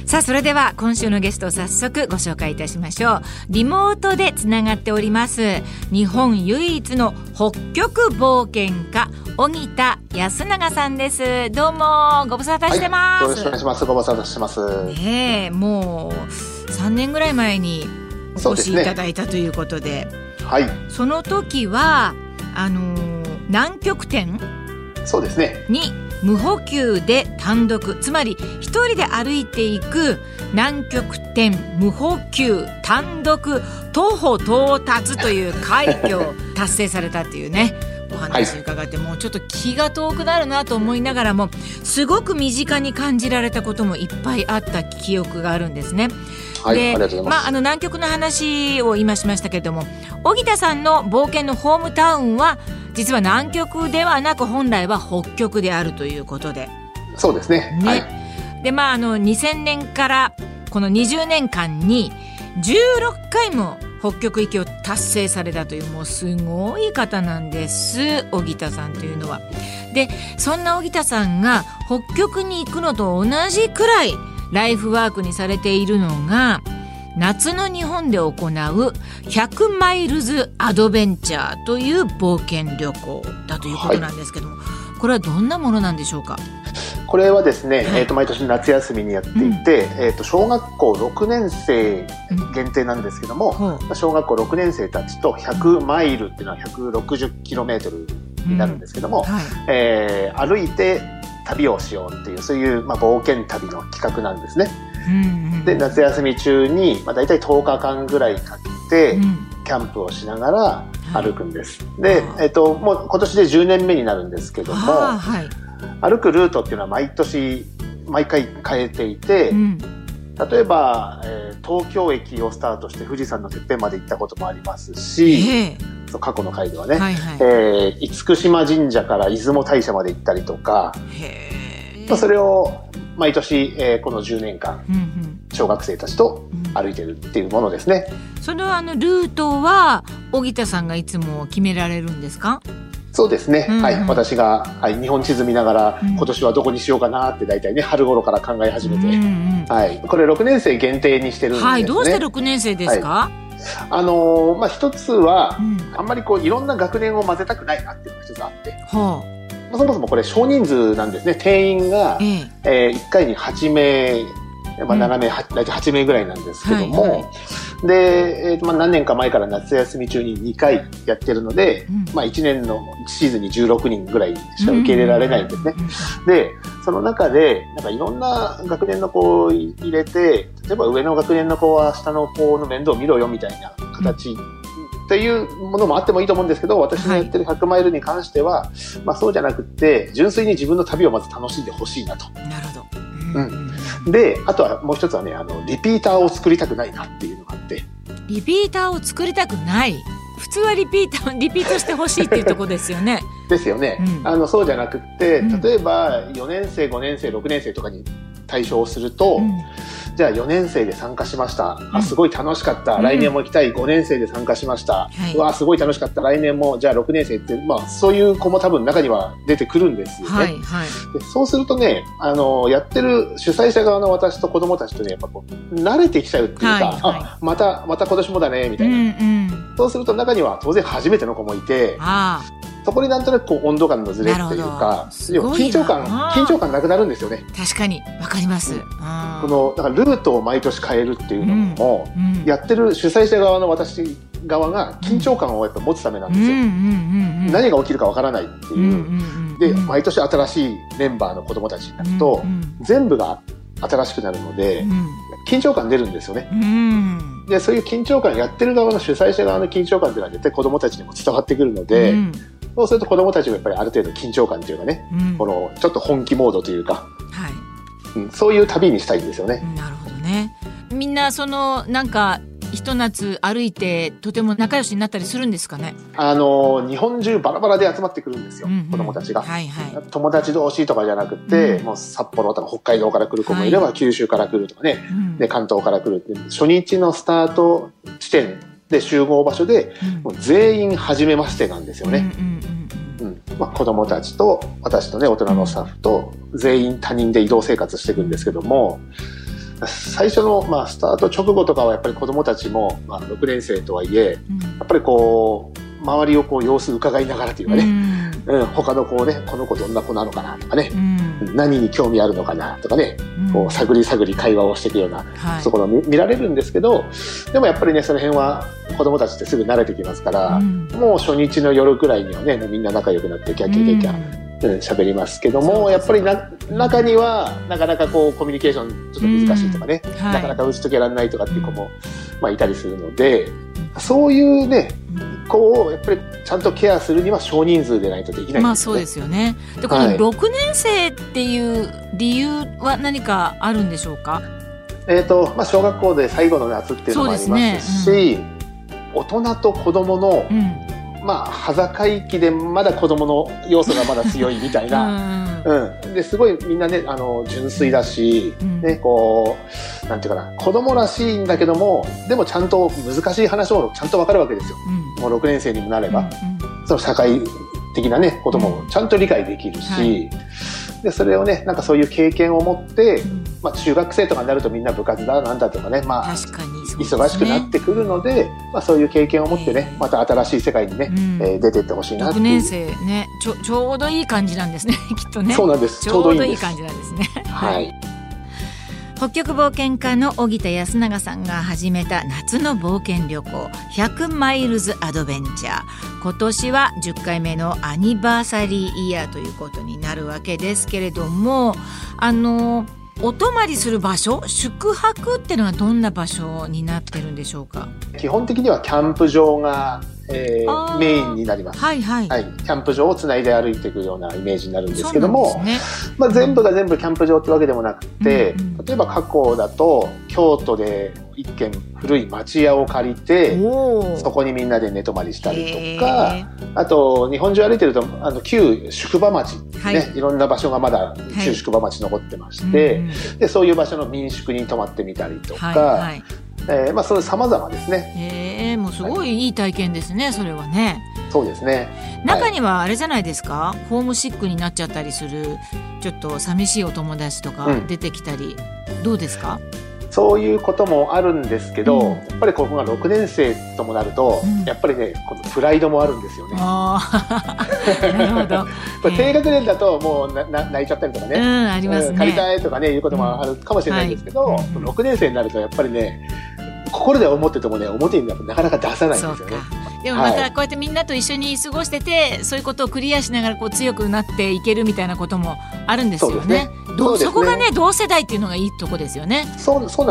さあそれでは今週のゲストを早速ご紹介いたしましょう。リモートでつながっております日本唯一の北極冒険家荻田康永さんです。どうもご無沙汰してます、 よろしくお願いします。ご無沙汰してます。 もう3年ぐらい前にお越しいただいたということで、 はい、 その時は南極点そうですねに無補給で単独、つまり一人で歩いていく南極点無補給単独徒歩到達という快挙を達成されたっていうねお話伺って、もうちょっと気が遠くなるなと思いながらもすごく身近に感じられたこともいっぱいあった記憶があるんですね。 はい、 で、 ありがとうございます。 南極の話を今しましたけれども、荻田さんの冒険のホームタウンは実は南極ではなく本来は北極であるということで、 そうですね。はい、 で2000年からこの20年間に16回も北極行きを達成されたというもうすごい方なんです荻田さんというのは。でそんな荻田さんが北極に行くのと同じくらいライフワークにされているのが夏の日本で行う100マイルズアドベンチャーという冒険旅行だということなんですけども、これはどんなものなんでしょうか。 これはですね、毎年夏休みにやっていて、小学校6年生限定なんですけども、小学校6年生たちと100マイルっていうのは 160km になるんですけども、歩いて旅をしようっていうそういう、冒険旅の企画なんですね。で夏休み中に、だいたい10日間ぐらいかけて、キャンプをしながら歩くんです。で、もう今年で10年目になるんですけども、歩くルートっていうのは毎回変えていて、例えば、東京駅をスタートして富士山のてっぺんまで行ったこともありますし、過去の回ではね、厳島神社から出雲大社まで行ったりとか、それを毎年、この10年間、小学生たちと歩いてるっていうものですね。 そのルートは荻田さんがいつも決められるんですか。 そうですね、私が、日本地図見ながら、今年はどこにしようかなって大体ね春頃から考え始めて、これ6年生限定にしてるんですね。 どうして6年生ですか。 一つは、あんまりいろんな学年を混ぜたくないなっていうのが一つあって、そもそもこれ少人数なんですね。定員が、1回に8名、7名、大体8名ぐらいなんですけども、で、何年か前から夏休み中に2回やってるので、1年のシーズンに16人ぐらいしか受け入れられないんですね。で、その中でいろんな学年の子を入れて、例えば上の学年の子は下の子の面倒を見ろよみたいな形、というものもあってもいいと思うんですけど、私のやってる100マイルに関しては、そうじゃなくって純粋に自分の旅をまず楽しんでほしいなと。 なるほど。 で、あとはもう一つはね、リピーターを作りたくないなっていうのがあって。 リピーターを作りたくない。普通はリピートしてほしいっていうところですよね。 ですよね。そうじゃなくって、例えば4年生、5年生、6年生とかに対象をすると、じゃあ4年生で参加しました。すごい楽しかった。来年も行きたい。5年生で参加しました。すごい楽しかった。来年も、じゃあ6年生って、そういう子も多分中には出てくるんですよね。でそうするとね、やってる主催者側の私と子供たちとね、やっぱ慣れてきちゃうっていうか、また今年もだね、みたいな。そうすると中には当然初めての子もいて、そこになんとなく温度感のズレっていうか、緊張感なくなるんですよね。 確かにわかります。 だからルートを毎年変えるっていうのも、やってる主催者側の私側が緊張感をやっぱ持つためなんですよ。何が起きるかわからないっていう。で、毎年新しいメンバーの子供たちになると、全部が新しくなるので、緊張感出るんですよね。で、そういう緊張感、やってる側の主催者側の緊張感っていうのは絶対子供たちにも伝わってくるので、そうすると子供たちもやっぱりある程度緊張感っていうかね、このちょっと本気モードというか、そういう旅にしたいんですよね。 なるほどね。みんななんかひと夏歩いてとても仲良しになったりするんですかね。 日本中バラバラで集まってくるんですよ、子供たちが、友達同士とかじゃなくて、もう札幌とか北海道から来る子もいれば、九州から来るとかね、で関東から来るって、初日のスタート地点で集合場所で、もう全員初めましてなんですよね。子供たちと私とね、大人のスタッフと全員他人で移動生活していくんですけども、 最初の、スタート直後とかはやっぱり子どもたちも、6年生とはいえ、やっぱりこう周りをこう様子伺いながらというかね、他の子ね、この子どんな子なのかなとかね、何に興味あるのかなとかね、こう探り探り会話をしていくようなところを見られるんですけど、でもやっぱりね、その辺は子どもたちってすぐ慣れてきますから、もう初日の夜くらいにはね、みんな仲良くなってキャッキャキャッキャ喋りますけども、やっぱり中にはなかなかこうコミュニケーションちょっと難しいとかね、なかなか打ち解けられないとかっていう子も、いたりするので、そういうね、子をやっぱりちゃんとケアするには少人数でないとできないんですよね。 そうですよね。で、この6年生っていう理由は何かあるんでしょうか？ 小学校で最後の夏っていうのもありますし、大人と子供の、端境期でまだ子供の要素がまだ強いみたいな、ですごいみんなね、純粋だし、ね、こうなんていうかな、子供らしいんだけども、でもちゃんと難しい話もちゃんと分かるわけですよ。もう6年生にもなれば、その社会的なねこともちゃんと理解できるし、でそれをね、なんかそういう経験を持って、中学生とかになるとみんな部活だなんだとかね、 確かにそうですね、 忙しくなってくるので、そういう経験を持ってね、また新しい世界にね、出ていってほしいなっていう。 6年生ね、ちょうどいい感じなんですねきっとね。 そうなんです。 ちょうどいい感じなんですね。 はい。 北極冒険家の荻田康永さんが始めた夏の冒険旅行100マイルズアドベンチャー、今年は10回目のアニバーサリーイヤーということになるわけですけれども、お泊まりする場所、宿泊っていうのはどんな場所になってるんでしょうか？ 基本的にはキャンプ場が、メインになります。キャンプ場をつないで歩いていくようなイメージになるんですけども、全部が全部キャンプ場ってわけでもなくて、例えば過去だと京都で一軒古い町屋を借りて、そこにみんなで寝泊まりしたりとか、あと日本中歩いてると旧宿場町、いろんな場所がまだ旧宿場町残ってまして、でそういう場所の民宿に泊まってみたりとか、それ様々ですね。 もうすごいいい体験ですね、それはね。 そうですね。 中にはあれじゃないですか、ホームシックになっちゃったりするちょっと寂しいお友達とか出てきたり、どうですか？ そういうこともあるんですけど、やっぱりここが6年生ともなると、やっぱりね、このプライドもあるんですよね。 なるほど。 これ低学年だともう泣いちゃったりとかね、 ありますね、 借りたいとかねいうこともあるかもしれないんですけど、6年生になるとやっぱりね、心で思っててもね、表になかなか出さないんですよね。 でもまたこうやってみんなと一緒に過ごしてて、そういうことをクリアしながらこう強くなっていけるみたいなこともあるんですよね。そこがね、同世代っていうのがいいとこですよね。 そうなんです。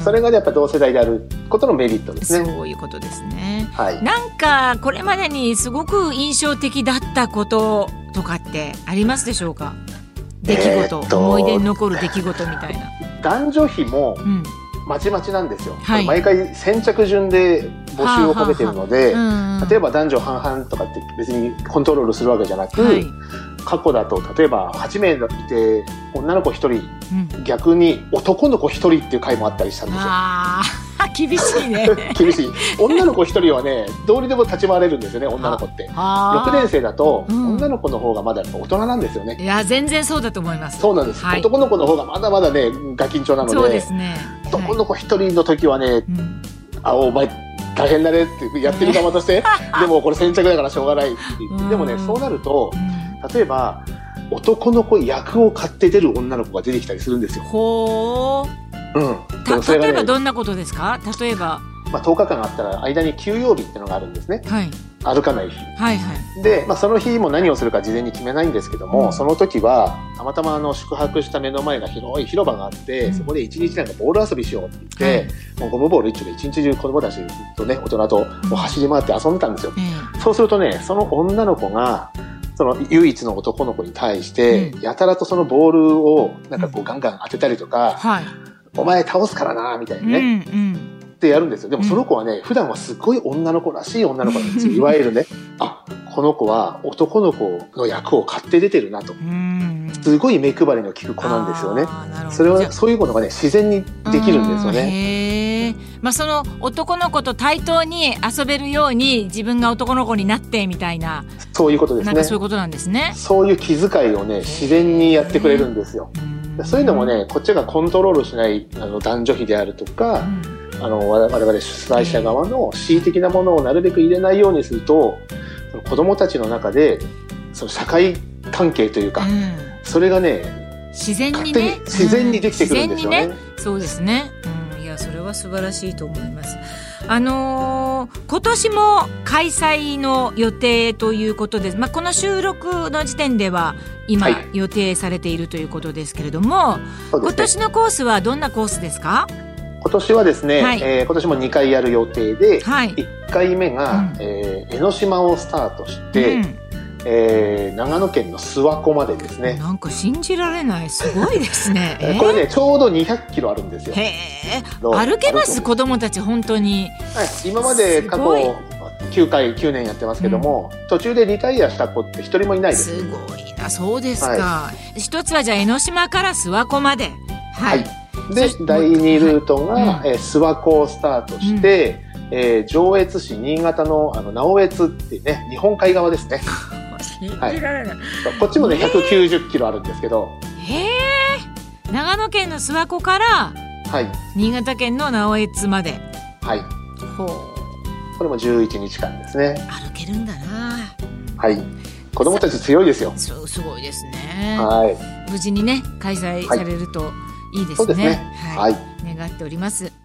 それがね、やっぱ同世代であることのメリットですね。 そういうことですね。なんかこれまでにすごく印象的だったこととかってありますでしょうか？出来事、思い出に残る出来事みたいな。 男女比もまちまちなんですよ。毎回先着順で募集をかけてるので、例えば男女半々とかって別にコントロールするわけじゃなく、過去だと例えば8名いて女の子1人、逆に男の子1人っていう回もあったりしたんですよ。 厳しいね。 厳しい。女の子1人はね、どうにでも立ち回れるんですよね、女の子って。6年生だと、女の子の方がまだやっぱ大人なんですよね。 いや、全然そうだと思います。 そうなんです。男の子の方がまだまだね、ガキンチョなので。 そうですね。 男の子1人の時はね、お前大変だねってやってる側として、でもこれ先着だからしょうがないって言って、でもね、そうなると、例えば男の子役を買って出る女の子が出てきたりするんですよ。 例えばどんなことですか？例えば 10日間あったら間に休養日っていうのがあるんですね。歩かない日。で、その日も何をするか事前に決めないんですけども、その時はたまたま宿泊した目の前が広い広場があって、そこで一日なんかボール遊びしようって言って、もうゴムボール一丁で一日中子供たちとね、大人と走り回って遊んでたんですよ。そうするとね、その女の子がその唯一の男の子に対して、やたらとそのボールをなんかこうガンガン当てたりとか、お前倒すからなみたいなね、ってやるんですよ。でもその子はね、普段はすごい女の子らしい女の子なんですよ。いわゆるね、この子は男の子の役を買って出てるなと、すごい目配りの利く子なんですよね。それはそういうことがね、自然にできるんですよね。 その男の子と対等に遊べるように自分が男の子になってみたいな、 そういうことですね。 なんかそういうことなんですね。 そういう気遣いをね、自然にやってくれるんですよ。 そういうのもね、こっちがコントロールしない男女比であるとか、我々主催者側の恣意的なものをなるべく入れないようにすると、子どもたちの中でその社会関係というか、それがね自然にね、 自然にできてくるんですよね。 そうですね、いやそれは素晴らしいと思います。今年も開催の予定ということです。この収録の時点では今予定されているということですけれども、今年のコースはどんなコースですか？ 今年はですね、今年も2回やる予定で、1回目が、江ノ島をスタートして、長野県の諏訪湖までですね。 なんか信じられない、すごいですね。 これねちょうど200キロあるんですよ。 歩けます子どもたち本当に。 今まで過去9年やってますけども、途中でリタイアした子って一人もいないです。 すごいな。そうですか。一つはじゃあ江ノ島から諏訪湖まで。 で第2ルートが、諏訪湖をスタートして、上越市新潟の直江津っていうね、日本海側ですね。信じられない。こっちもね190キロあるんですけど、 長野県の諏訪湖から、新潟県の直江津まで。 これも11日間ですね。 歩けるんだな。 子供たち強いですよ。 すごいですね。無事にね開催されるといいですね。願っております。